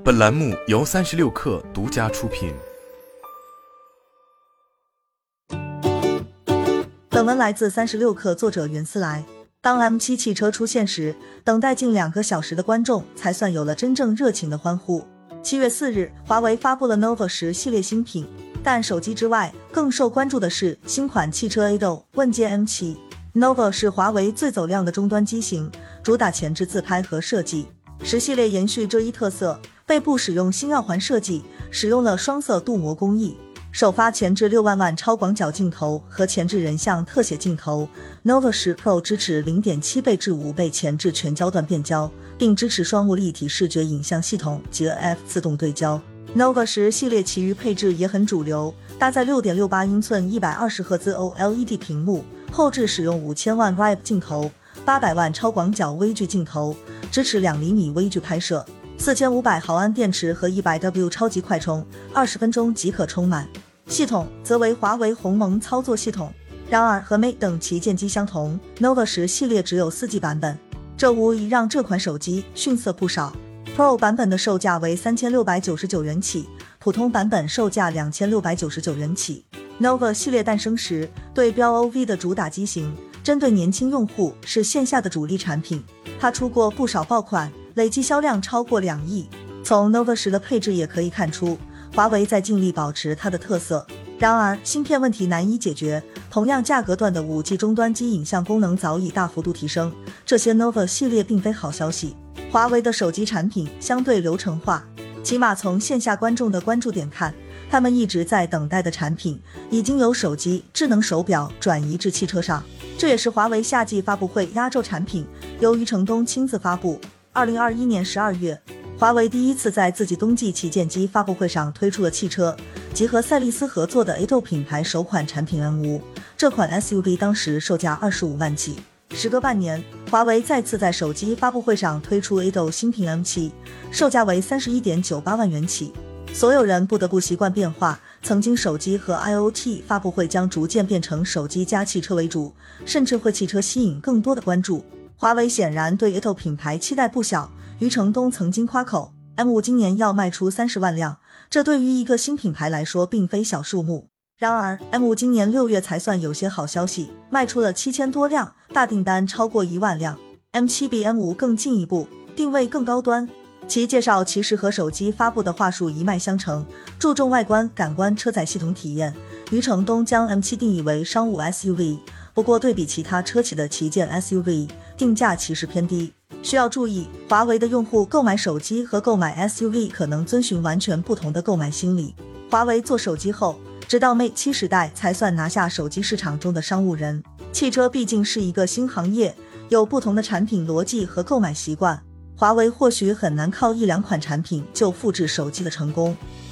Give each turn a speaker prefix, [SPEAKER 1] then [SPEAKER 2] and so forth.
[SPEAKER 1] 本栏目由36氪独家出品。
[SPEAKER 2] 本文来自36氪，作者云思来。当 M7 汽车出现时，等待近2个小时的观众才算有了真正热情的欢呼。7月4日，华为发布了 Nova 10系列新品，但手机之外，更受关注的是新款汽车 A6 问界 M7。Nova 是华为最走量的终端机型，主打前置自拍和设计。10系列延续这一特色，背部使用星耀环设计，使用了双色镀膜工艺。首发前置6万万超广角镜头和前置人像特写镜头。 Nova 10 Pro 支持 0.7 倍至5倍前置全焦段变焦，并支持双目立体视觉影像系统及 F 自动对焦。 Nova 10系列其余配置也很主流，搭载 6.68 英寸120赫兹 OLED 屏幕，后置使用5000万 Wide 镜头，800万超广角微距镜头，支持2厘米微距拍摄，4500毫安电池和 100W 超级快充，20分钟即可充满。系统则为华为鸿蒙操作系统。然而和 Mate 等旗舰机相同， Nova 10系列只有4G 版本，这无疑让这款手机逊色不少。 Pro 版本的售价为3699元起，普通版本售价2699元起。 Nova 系列诞生时，对标 OV 的主打机型，针对年轻用户是线下的主力产品。它出过不少爆款，累计销量超过2亿。从 Nova 10的配置也可以看出，华为在尽力保持它的特色。然而芯片问题难以解决，同样价格段的 5G 终端机影像功能早已大幅度提升，这些 Nova 系列并非好消息。华为的手机产品相对流程化，起码从线下观众的关注点看，他们一直在等待的产品已经由手机、智能手表转移至汽车上，这也是华为夏季发布会压轴产品，由余承东亲自发布。2021年12月，华为第一次在自己冬季旗舰机发布会上推出了汽车，即和赛力斯合作的 A6 品牌首款产品 M5， 这款 SUV 当时售价25万起。时隔半年，华为再次在手机发布会上推出 A6 新品 M7， 售价为31.98万元起。所有人不得不习惯变化，曾经手机和 IoT 发布会将逐渐变成手机加汽车为主，甚至会汽车吸引更多的关注。华为显然对 A6 品牌期待不小，余承东曾经夸口 M5 今年要卖出30万辆，这对于一个新品牌来说并非小数目。然而 M5 今年6月才算有些好消息，卖出了7000多辆，大订单超过1万辆。 M7 比 M5 更进一步，定位更高端。其介绍其实和手机发布的话术一脉相承，注重外观、感官、车载系统体验。余承东将 M7 定义为商务 SUV， 不过对比其他车企的旗舰 SUV， 定价其实偏低。需要注意，华为的用户购买手机和购买 SUV 可能遵循完全不同的购买心理。华为做手机后，直到 Mate 7时代才算拿下手机市场中的商务人。汽车毕竟是一个新行业，有不同的产品逻辑和购买习惯，华为或许很难靠1-2款产品就复制手机的成功。